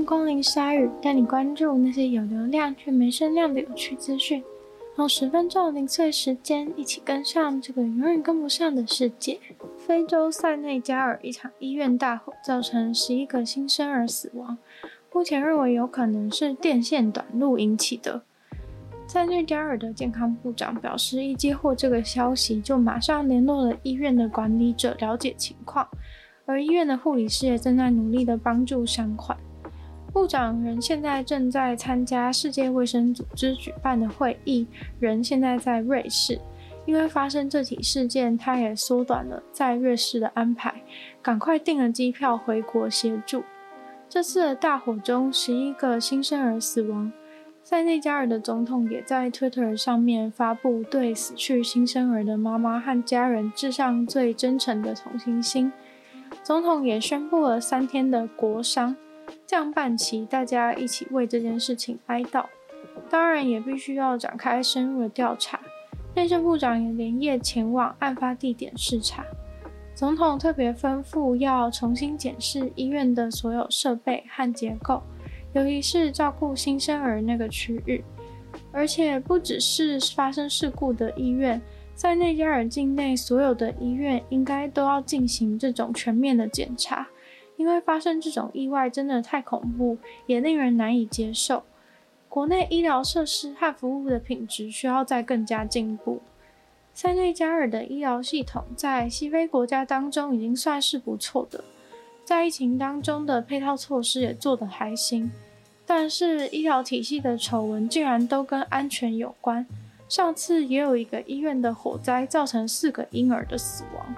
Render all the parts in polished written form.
光临鲨鱼，带你关注那些有流量却没声量的有趣资讯。用10分钟零碎时间，一起跟上这个永远跟不上的世界。非洲塞内加尔一场医院大火造成11个新生儿死亡，目前认为有可能是电线短路引起的。塞内加尔的健康部长表示，一接获这个消息就马上联络了医院的管理者了解情况，而医院的护理师也正在努力的帮助伤患。部长人现在正在参加世界卫生组织举办的会议，人现在在瑞士。因为发生这起事件，他也缩短了在瑞士的安排，赶快订了机票回国协助。这次的大火中，11个新生儿死亡。塞内加尔的总统也在 Twitter 上面发布对死去新生儿的妈妈和家人致上最真诚的同情心。总统也宣布了3天的国殇，降半旗，大家一起为这件事情哀悼。当然也必须要展开深入的调查。内政部长也连夜前往案发地点视察。总统特别吩咐要重新检视医院的所有设备和结构，尤其是照顾新生儿那个区域。而且不只是发生事故的医院，塞内加尔境内所有的医院应该都要进行这种全面的检查，因为发生这种意外真的太恐怖，也令人难以接受。国内医疗设施和服务的品质需要再更加进步。塞内加尔的医疗系统在西非国家当中已经算是不错的，在疫情当中的配套措施也做得还行，但是医疗体系的丑闻竟然都跟安全有关。上次也有一个医院的火灾造成4个婴儿的死亡。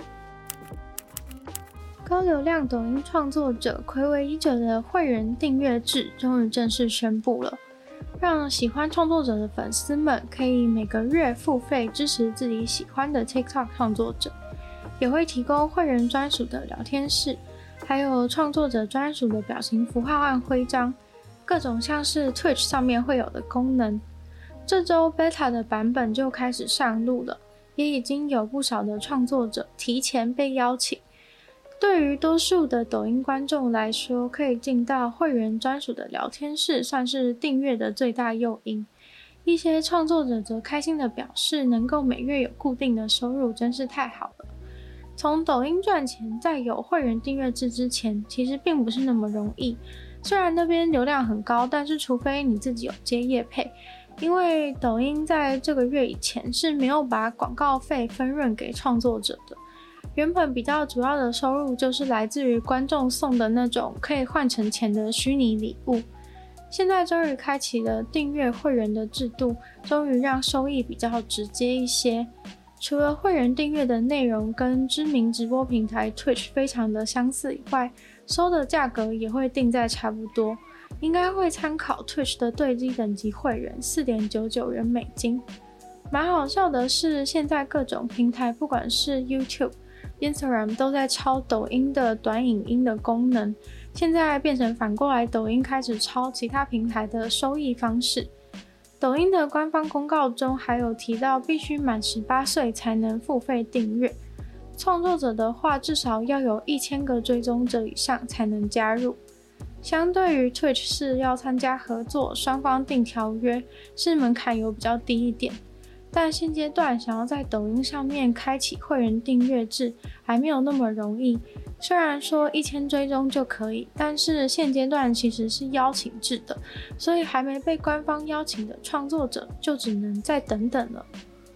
高流量抖音创作者睽违已久的会员订阅制终于正式宣布了，让喜欢创作者的粉丝们可以每个月付费支持自己喜欢的 TikTok 创作者，也会提供会员专属的聊天室，还有创作者专属的表情符号和徽章，各种像是 Twitch 上面会有的功能。这周 Beta 的版本就开始上路了，也已经有不少的创作者提前被邀请。对于多数的抖音观众来说，可以进到会员专属的聊天室，算是订阅的最大诱因。一些创作者则开心地表示，能够每月有固定的收入真是太好了。从抖音赚钱，在有会员订阅制之前，其实并不是那么容易。虽然那边流量很高，但是除非你自己有接业配，因为抖音在这个月以前是没有把广告费分润给创作者的。原本比较主要的收入就是来自于观众送的那种可以换成钱的虚拟礼物，现在终于开启了订阅会员的制度，终于让收益比较直接一些。除了会员订阅的内容跟知名直播平台 Twitch 非常的相似以外，收的价格也会定在差不多，应该会参考 Twitch 的对基等级会员 4.99 元美金。蛮好笑的是，现在各种平台不管是 YouTube、Instagram 都在抄抖音的短影音的功能，现在变成反过来，抖音开始抄其他平台的收益方式。抖音的官方公告中还有提到，必须满18岁才能付费订阅，创作者的话至少要有1000个追踪者以上才能加入。相对于 Twitch 是要参加合作，双方订条约，是门槛有比较低一点。但现阶段想要在抖音上面开启会员订阅制还没有那么容易，虽然说1000追踪就可以，但是现阶段其实是邀请制的，所以还没被官方邀请的创作者就只能再等等了。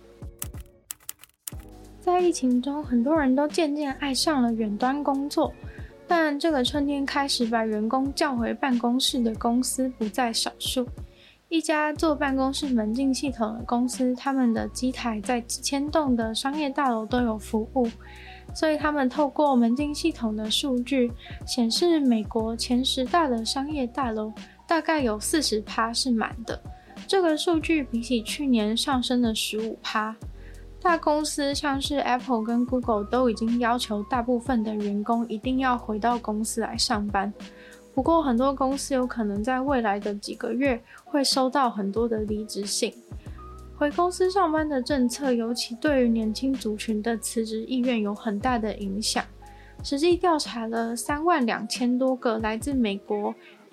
在疫情中，很多人都渐渐爱上了远端工作，但这个春天开始把员工叫回办公室的公司不在少数。一家做办公室门禁系统的公司，他们的机台在几千栋的商业大楼都有服务，所以他们透过门禁系统的数据显示，美国前10大的商业大楼大概有 40% 是满的，这个数据比起去年上升了 15%。大公司像是 Apple 跟 Google 都已经要求大部分的员工一定要回到公司来上班。不过很多公司有可能在未来的几个月会收到很多的离职信。回公司上班的政策尤其对于年轻族群的辞职意愿有很大的影响。实际调查了32000多个来自美国、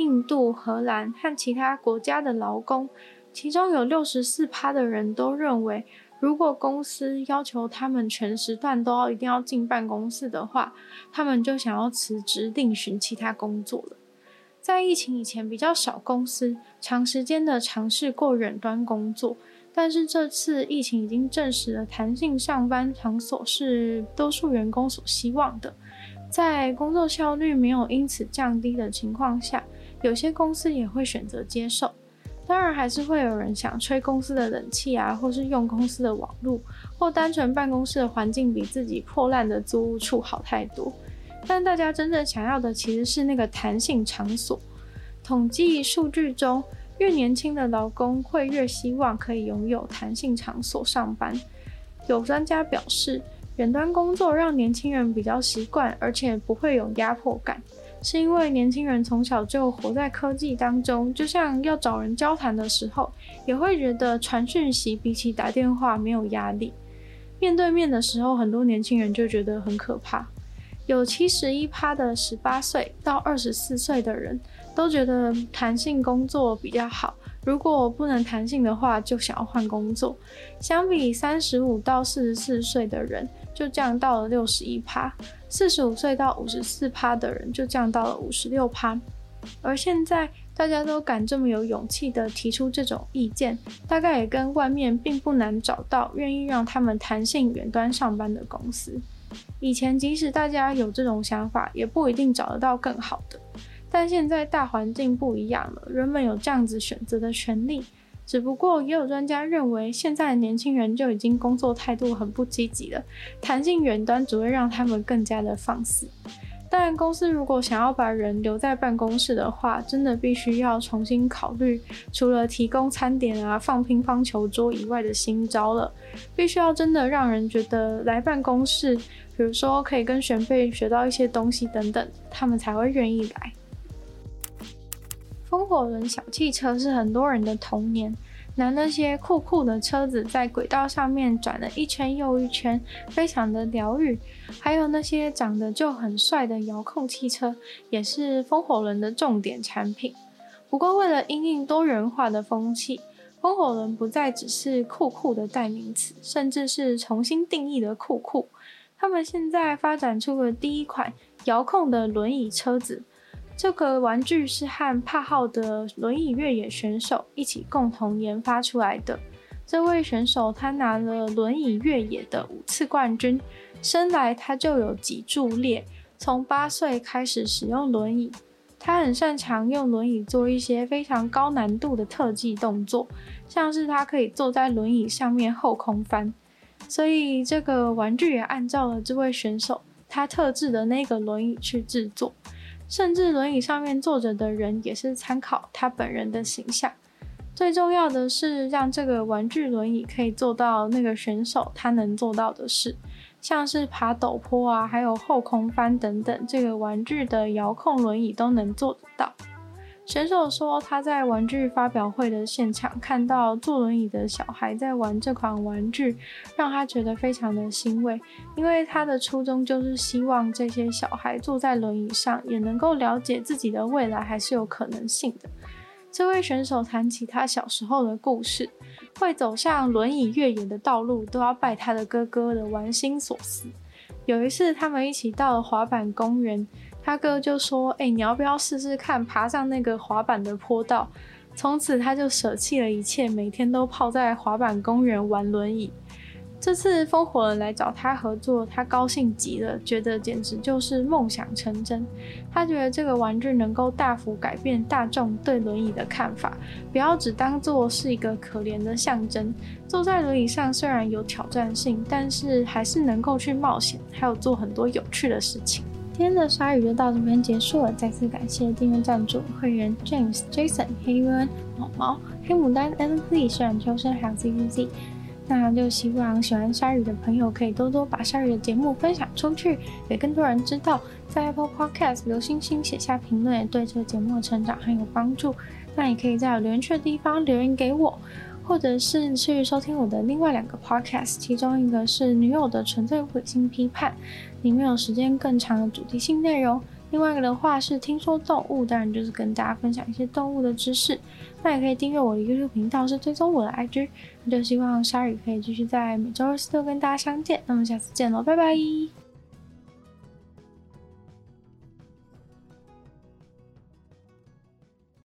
印度、荷兰和其他国家的劳工，其中有 64% 的人都认为，如果公司要求他们全时段都一定要进办公室的话，他们就想要辞职另寻其他工作了。在疫情以前，比较少公司长时间的尝试过远端工作，但是这次疫情已经证实了弹性上班场所是多数员工所希望的。在工作效率没有因此降低的情况下，有些公司也会选择接受。当然还是会有人想吹公司的冷气啊，或是用公司的网络，或单纯办公室的环境比自己破烂的租屋处好太多。但大家真正想要的其实是那个弹性场所。统计数据中，越年轻的劳工会越希望可以拥有弹性场所上班。有专家表示，远端工作让年轻人比较习惯，而且不会有压迫感，是因为年轻人从小就活在科技当中，就像要找人交谈的时候，也会觉得传讯息比起打电话没有压力。面对面的时候，很多年轻人就觉得很可怕。有 71% 的18岁到24岁的人都觉得弹性工作比较好，如果不能弹性的话，就想要换工作。相比35到44岁的人就降到了 61%， 45岁到54% 的人就降到了 56%。 而现在大家都敢这么有勇气的提出这种意见，大概也跟外面并不难找到愿意让他们弹性远端上班的公司。以前即使大家有这种想法，也不一定找得到更好的。但现在大环境不一样了，人们有这样子选择的权利。只不过也有专家认为，现在的年轻人就已经工作态度很不积极了，弹性远端只会让他们更加的放肆。但公司如果想要把人留在办公室的话，真的必须要重新考虑除了提供餐点啊、放乒乓球桌以外的新招了。必须要真的让人觉得来办公室，比如说可以跟前辈学到一些东西等等，他们才会愿意来。风火轮小汽车是很多人的童年，拿那些酷酷的车子在轨道上面转了一圈又一圈，非常的疗愈。还有那些长得就很帅的遥控汽车，也是风火轮的重点产品。不过为了因应多元化的风气，风火轮不再只是酷酷的代名词，甚至是重新定义的酷酷。他们现在发展出了第一款遥控的轮椅车子。这个玩具是和帕浩的轮椅越野选手一起共同研发出来的。这位选手他拿了轮椅越野的5次冠军，生来他就有脊柱裂，从8岁开始使用轮椅。他很擅长用轮椅做一些非常高难度的特技动作，像是他可以坐在轮椅上面后空翻。所以这个玩具也按照了这位选手他特制的那个轮椅去制作。甚至轮椅上面坐着的人也是参考他本人的形象。最重要的是让这个玩具轮椅可以做到那个选手他能做到的事，像是爬陡坡啊，还有后空翻等等，这个玩具的遥控轮椅都能做得到。选手说他在玩具发表会的现场看到坐轮椅的小孩在玩这款玩具，让他觉得非常的欣慰，因为他的初衷就是希望这些小孩坐在轮椅上也能够了解自己的未来还是有可能性的。这位选手谈起他小时候的故事，会走向轮椅越野的道路都要拜他的哥哥的玩心所赐。有一次他们一起到了滑板公园，他哥就说你要不要试试看爬上那个滑板的坡道。从此他就舍弃了一切，每天都泡在滑板公园玩轮椅。这次风火轮来找他合作，他高兴极了，觉得简直就是梦想成真。他觉得这个玩具能够大幅改变大众对轮椅的看法，不要只当作是一个可怜的象征。坐在轮椅上虽然有挑战性，但是还是能够去冒险，还有做很多有趣的事情。今天的鲨鱼就到这边结束了，再次感谢订阅赞助会员 James、Jason、黑温、毛毛、黑牡丹、N.Z、虽然秋生还有 ZZZ。那就希望喜欢鲨鱼的朋友可以多多把鲨鱼的节目分享出去，给更多人知道。在 Apple Podcast 留星星写下评论，也对这个节目的成长很有帮助。那也可以在有留言区的地方留言给我，或者是去收听我的另外2个 podcast， 其中一个是女友的纯粹理性批判，里面有时间更长的主题性内容， 另外一个的话是听说动物，当然就是跟大家分享一些动物的知识。那也可以订阅我的 YouTube 频道，是追踪我的 IG。那就希望鲨鱼可以继续在每周二、四、六跟大家相见。那么下次见喽，拜拜。